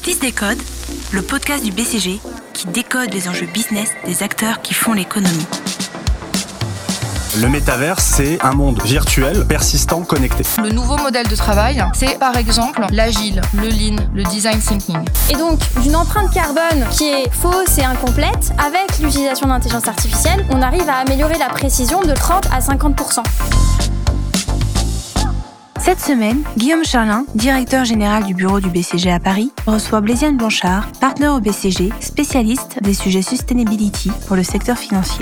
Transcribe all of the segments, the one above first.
This Décode, le podcast du BCG qui décode les enjeux business des acteurs qui font l'économie. Le métavers, c'est un monde virtuel, persistant, connecté. Le nouveau modèle de travail, c'est par exemple l'agile, le lean, le design thinking. Et donc, d'une empreinte carbone qui est fausse et incomplète, avec l'utilisation d'intelligence artificielle, on arrive à améliorer la précision de 30 à 50%. Cette semaine, Guillaume Charlin, directeur général du bureau du BCG à Paris, reçoit Blaisiane Blanchard, partenaire au BCG, spécialiste des sujets sustainability pour le secteur financier.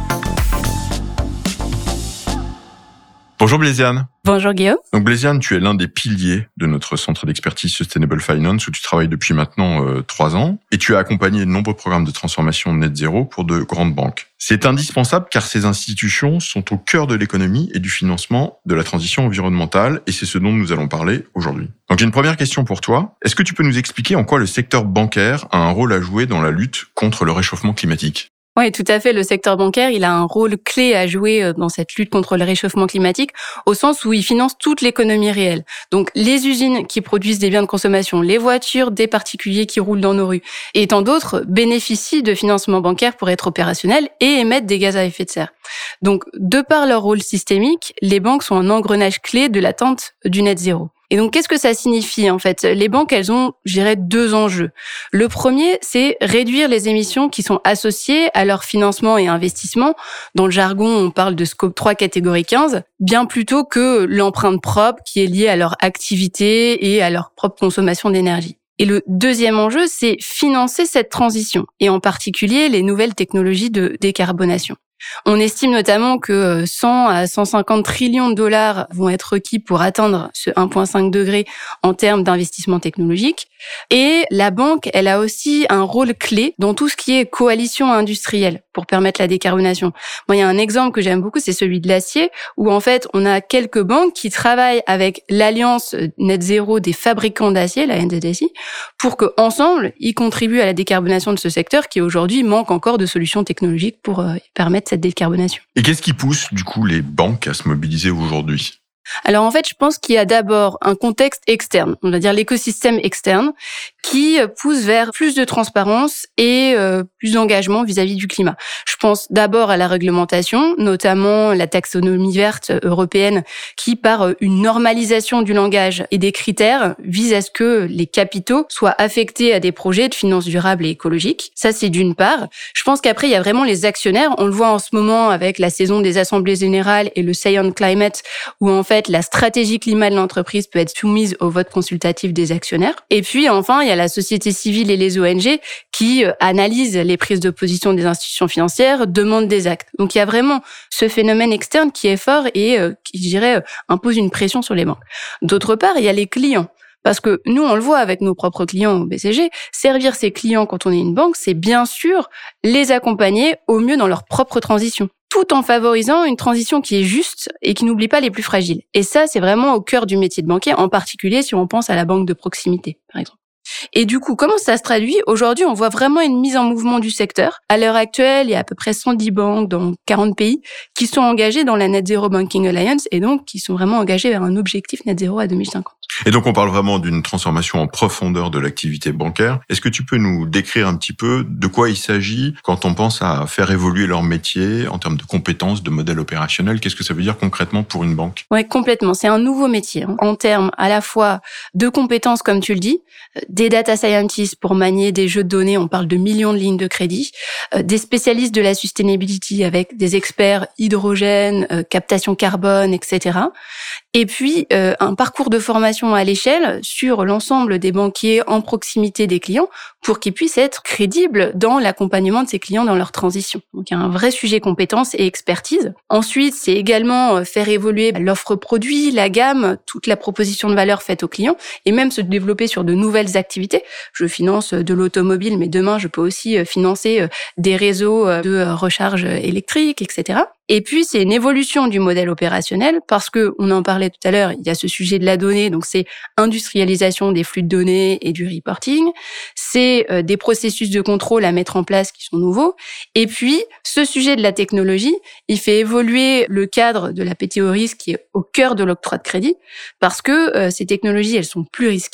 Bonjour Blaisiane. Bonjour Guillaume. Donc Blaisiane, tu es l'un des piliers de notre centre d'expertise Sustainable Finance où tu travailles depuis maintenant 3 ans et tu as accompagné de nombreux programmes de transformation net zéro pour de grandes banques. C'est indispensable car ces institutions sont au cœur de l'économie et du financement de la transition environnementale et c'est ce dont nous allons parler aujourd'hui. Donc j'ai une première question pour toi. Est-ce que tu peux nous expliquer en quoi le secteur bancaire a un rôle à jouer dans la lutte contre le réchauffement climatique ? Oui, tout à fait. Le secteur bancaire, il a un rôle clé à jouer dans cette lutte contre le réchauffement climatique, au sens où il finance toute l'économie réelle. Donc, les usines qui produisent des biens de consommation, les voitures des particuliers qui roulent dans nos rues, et tant d'autres bénéficient de financement bancaire pour être opérationnels et émettent des gaz à effet de serre. Donc, de par leur rôle systémique, les banques sont un engrenage clé de l'atteinte du net zéro. Et donc, qu'est-ce que ça signifie, en fait ? Les banques, elles ont, je dirais, 2 enjeux. Le premier, c'est réduire les émissions qui sont associées à leur financement et investissement. Dans le jargon, on parle de scope 3 catégorie 15, bien plutôt que l'empreinte propre qui est liée à leur activité et à leur propre consommation d'énergie. Et le deuxième enjeu, c'est financer cette transition, et en particulier les nouvelles technologies de décarbonation. On estime notamment que 100 à 150 trillions de dollars vont être requis pour atteindre ce 1,5 degré en termes d'investissement technologique. Et la banque, elle a aussi un rôle clé dans tout ce qui est coalition industrielle pour permettre la décarbonation. Moi, il y a un exemple que j'aime beaucoup, c'est celui de l'acier, où en fait, on a quelques banques qui travaillent avec l'Alliance Net Zéro des fabricants d'acier, la NZSI, pour qu'ensemble, ils contribuent à la décarbonation de ce secteur qui aujourd'hui manque encore de solutions technologiques pour permettre cette décarbonation. Et qu'est-ce qui pousse, du coup, les banques à se mobiliser aujourd'hui ? Alors en fait, je pense qu'il y a d'abord un contexte externe, on va dire l'écosystème externe, qui pousse vers plus de transparence et plus d'engagement vis-à-vis du climat. Je pense d'abord à la réglementation, notamment la taxonomie verte européenne, qui par une normalisation du langage et des critères vise à ce que les capitaux soient affectés à des projets de finances durables et écologiques. Ça, c'est d'une part. Je pense qu'après, il y a vraiment les actionnaires. On le voit en ce moment avec la saison des assemblées générales et le Say on Climate, où en fait, la stratégie climat de l'entreprise peut être soumise au vote consultatif des actionnaires. Et puis, enfin, il y a la société civile et les ONG qui analysent les prises de position des institutions financières, demandent des actes. Donc, il y a vraiment ce phénomène externe qui est fort et qui, je dirais, impose une pression sur les banques. D'autre part, il y a les clients. Parce que nous, on le voit avec nos propres clients au BCG, servir ses clients quand on est une banque, c'est bien sûr les accompagner au mieux dans leur propre transition, tout en favorisant une transition qui est juste et qui n'oublie pas les plus fragiles. Et ça, c'est vraiment au cœur du métier de banquier, en particulier si on pense à la banque de proximité, par exemple. Et du coup, comment ça se traduit ? Aujourd'hui, on voit vraiment une mise en mouvement du secteur. À l'heure actuelle, il y a à peu près 110 banques dans 40 pays qui sont engagées dans la Net Zero Banking Alliance et donc qui sont vraiment engagées vers un objectif net zéro à 2050. Et donc, on parle vraiment d'une transformation en profondeur de l'activité bancaire. Est-ce que tu peux nous décrire un petit peu de quoi il s'agit quand on pense à faire évoluer leur métier en termes de compétences, de modèle opérationnel ? Qu'est-ce que ça veut dire concrètement pour une banque ? Ouais, complètement. C'est un nouveau métier en termes à la fois de compétences, comme tu le dis, des data scientists pour manier des jeux de données, on parle de millions de lignes de crédit, des spécialistes de la sustainability avec des experts hydrogène, captation carbone, etc. Et puis, un parcours de formation à l'échelle sur l'ensemble des banquiers en proximité des clients pour qu'ils puissent être crédibles dans l'accompagnement de ces clients dans leur transition. Donc, il y a un vrai sujet compétences et expertise. Ensuite, c'est également faire évoluer l'offre produit, la gamme, toute la proposition de valeur faite aux clients et même se développer sur de nouvelles activités. Je finance de l'automobile, mais demain, je peux aussi financer des réseaux de recharge électrique, etc. Et puis, c'est une évolution du modèle opérationnel parce que, on en parlait tout à l'heure, il y a ce sujet de la donnée, donc c'est industrialisation des flux de données et du reporting. C'est des processus de contrôle à mettre en place qui sont nouveaux. Et puis, ce sujet de la technologie, il fait évoluer le cadre de l'appétit au risque qui est au cœur de l'octroi de crédit parce que ces technologies, elles sont plus risquées.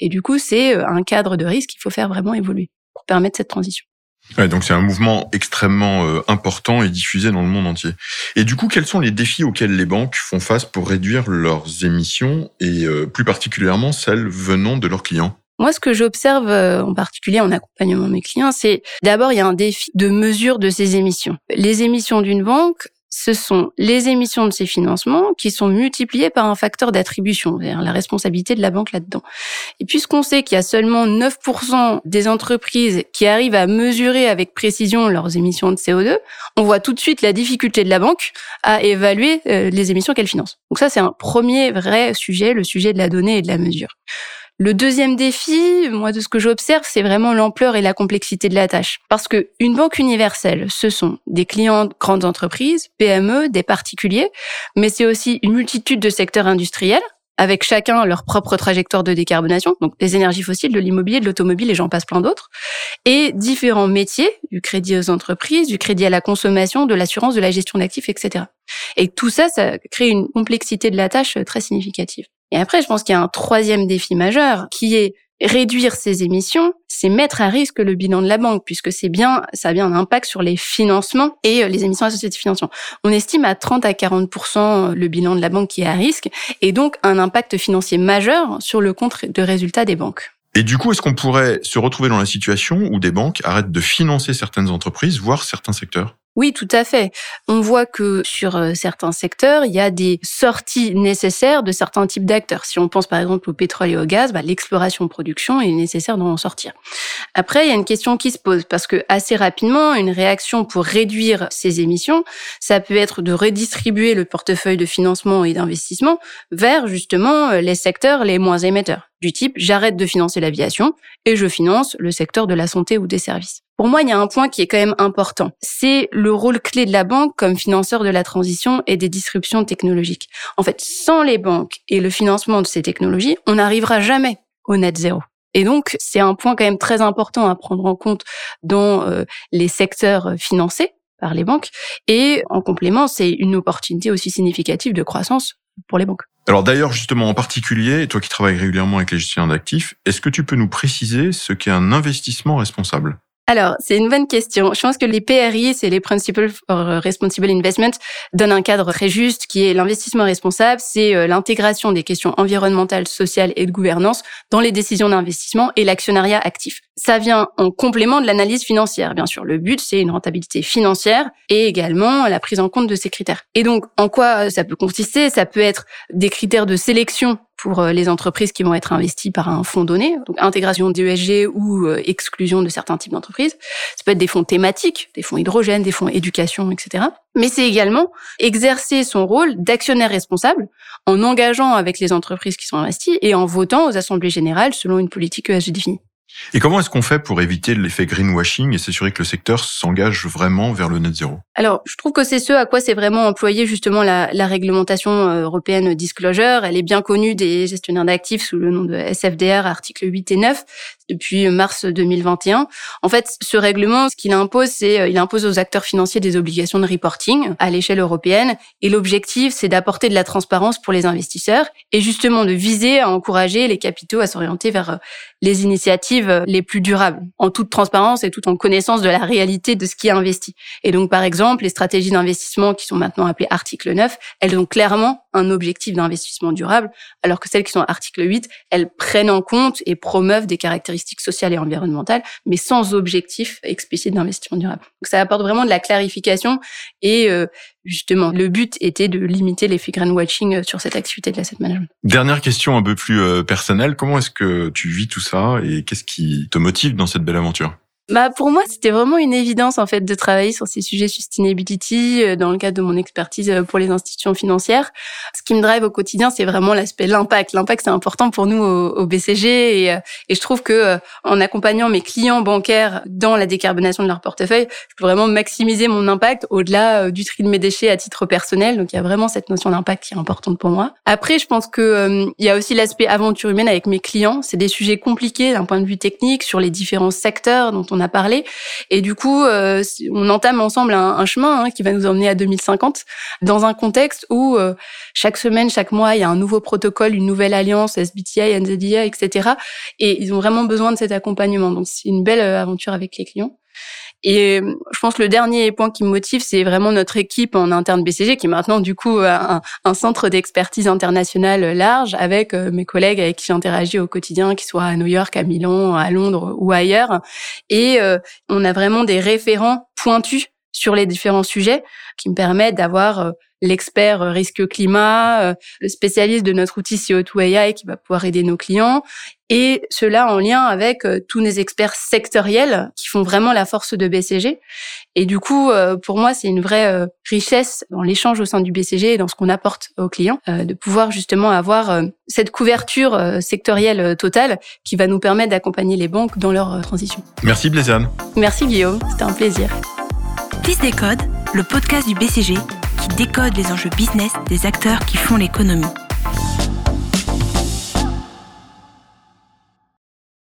Et du coup, c'est un cadre de risque qu'il faut faire vraiment évoluer pour permettre cette transition. Ouais, donc c'est un mouvement extrêmement important et diffusé dans le monde entier. Et du coup, quels sont les défis auxquels les banques font face pour réduire leurs émissions et plus particulièrement celles venant de leurs clients ? Moi, ce que j'observe en particulier en accompagnement de mes clients, c'est d'abord, il y a un défi de mesure de ces émissions. Les émissions d'une banque, ce sont les émissions de ses financements qui sont multipliées par un facteur d'attribution, c'est-à-dire la responsabilité de la banque là-dedans. Et puisqu'on sait qu'il y a seulement 9% des entreprises qui arrivent à mesurer avec précision leurs émissions de CO2, on voit tout de suite la difficulté de la banque à évaluer les émissions qu'elle finance. Donc ça, c'est un premier vrai sujet, le sujet de la donnée et de la mesure. Le deuxième défi, moi, de ce que j'observe, c'est vraiment l'ampleur et la complexité de la tâche. Parce que une banque universelle, ce sont des clients de grandes entreprises, PME, des particuliers, mais c'est aussi une multitude de secteurs industriels, avec chacun leur propre trajectoire de décarbonation, donc les énergies fossiles, de l'immobilier, de l'automobile et j'en passe plein d'autres, et différents métiers, du crédit aux entreprises, du crédit à la consommation, de l'assurance, de la gestion d'actifs, etc. Et tout ça, ça crée une complexité de la tâche très significative. Et après, je pense qu'il y a un troisième défi majeur qui est réduire ces émissions, c'est mettre à risque le bilan de la banque, puisque ça a bien un impact sur les financements et les émissions associées de financement. On estime à 30 à 40% le bilan de la banque qui est à risque, et donc un impact financier majeur sur le compte de résultat des banques. Et du coup, est-ce qu'on pourrait se retrouver dans la situation où des banques arrêtent de financer certaines entreprises, voire certains secteurs ? Oui, tout à fait. On voit que sur certains secteurs, il y a des sorties nécessaires de certains types d'acteurs. Si on pense par exemple au pétrole et au gaz, l'exploration-production est nécessaire d'en sortir. Après, il y a une question qui se pose parce que assez rapidement, une réaction pour réduire ces émissions, ça peut être de redistribuer le portefeuille de financement et d'investissement vers justement les secteurs les moins émetteurs. Du type, j'arrête de financer l'aviation et je finance le secteur de la santé ou des services. Pour moi, il y a un point qui est quand même important. C'est le rôle clé de la banque comme financeur de la transition et des disruptions technologiques. En fait, sans les banques et le financement de ces technologies, on n'arrivera jamais au net zéro. Et donc, c'est un point quand même très important à prendre en compte dans les secteurs financés par les banques. Et en complément, c'est une opportunité aussi significative de croissance pour les banques. Alors d'ailleurs, justement, en particulier, toi qui travailles régulièrement avec les gestionnaires d'actifs, est-ce que tu peux nous préciser ce qu'est un investissement responsable ? Alors, c'est une bonne question. Je pense que les PRI, c'est les Principles for Responsible Investment, donnent un cadre très juste qui est l'investissement responsable, c'est l'intégration des questions environnementales, sociales et de gouvernance dans les décisions d'investissement et l'actionnariat actif. Ça vient en complément de l'analyse financière, bien sûr. Le but, c'est une rentabilité financière et également la prise en compte de ces critères. Et donc, en quoi ça peut consister ? Ça peut être des critères de sélection pour les entreprises qui vont être investies par un fonds donné, donc intégration d'ESG ou exclusion de certains types d'entreprises. Ça peut être des fonds thématiques, des fonds hydrogène, des fonds éducation, etc. Mais c'est également exercer son rôle d'actionnaire responsable en engageant avec les entreprises qui sont investies et en votant aux assemblées générales selon une politique ESG définie. Et comment est-ce qu'on fait pour éviter l'effet greenwashing et s'assurer que le secteur s'engage vraiment vers le net zéro ? Alors, je trouve que c'est ce à quoi c'est vraiment employé justement la réglementation européenne Disclosure. Elle est bien connue des gestionnaires d'actifs sous le nom de SFDR, articles 8 et 9, depuis mars 2021. En fait, ce règlement, ce qu'il impose, c'est il impose aux acteurs financiers des obligations de reporting à l'échelle européenne. Et l'objectif, c'est d'apporter de la transparence pour les investisseurs et justement de viser à encourager les capitaux à s'orienter vers les initiatives les plus durables, en toute transparence et tout en connaissance de la réalité de ce qui est investi. Et donc, par exemple, les stratégies d'investissement qui sont maintenant appelées article 9, elles ont clairement un objectif d'investissement durable, alors que celles qui sont article 8, elles prennent en compte et promeuvent des caractéristiques sociales et environnementales, mais sans objectif explicite d'investissement durable. Donc, ça apporte vraiment de la clarification et justement, le but était de limiter l'effet greenwashing sur cette activité de l'asset management. Dernière question un peu plus personnelle, comment est-ce que tu vis tout ça et qu'est-ce qui te motive dans cette belle aventure ? Pour moi, c'était vraiment une évidence en fait de travailler sur ces sujets sustainability dans le cadre de mon expertise pour les institutions financières. Ce qui me drive au quotidien, c'est vraiment l'impact. L'impact, c'est important pour nous au BCG et je trouve que en accompagnant mes clients bancaires dans la décarbonation de leur portefeuille, je peux vraiment maximiser mon impact au-delà du tri de mes déchets à titre personnel. Donc il y a vraiment cette notion d'impact qui est importante pour moi. Après, je pense que il y a aussi l'aspect aventure humaine avec mes clients. C'est des sujets compliqués d'un point de vue technique sur les différents secteurs dont on a parlé. Et du coup, on entame ensemble un chemin qui va nous emmener à 2050 dans un contexte où chaque semaine, chaque mois, il y a un nouveau protocole, une nouvelle alliance, SBTI, NZDA, etc. Et ils ont vraiment besoin de cet accompagnement. Donc, c'est une belle aventure avec les clients. Et je pense que le dernier point qui me motive, c'est vraiment notre équipe en interne BCG, qui est maintenant du coup un centre d'expertise internationale large avec mes collègues avec qui j'interagis au quotidien, qu'ils soient à New York, à Milan, à Londres ou ailleurs. Et on a vraiment des référents pointus sur les différents sujets qui me permettent d'avoir l'expert risque climat, le spécialiste de notre outil CO2 AI qui va pouvoir aider nos clients, et cela en lien avec tous nos experts sectoriels qui font vraiment la force de BCG. Et du coup, pour moi, c'est une vraie richesse dans l'échange au sein du BCG et dans ce qu'on apporte aux clients, de pouvoir justement avoir cette couverture sectorielle totale qui va nous permettre d'accompagner les banques dans leur transition. Merci Blaiseanne. Merci Guillaume, c'était un plaisir. Fils Décode, le podcast du BCG qui décode les enjeux business des acteurs qui font l'économie.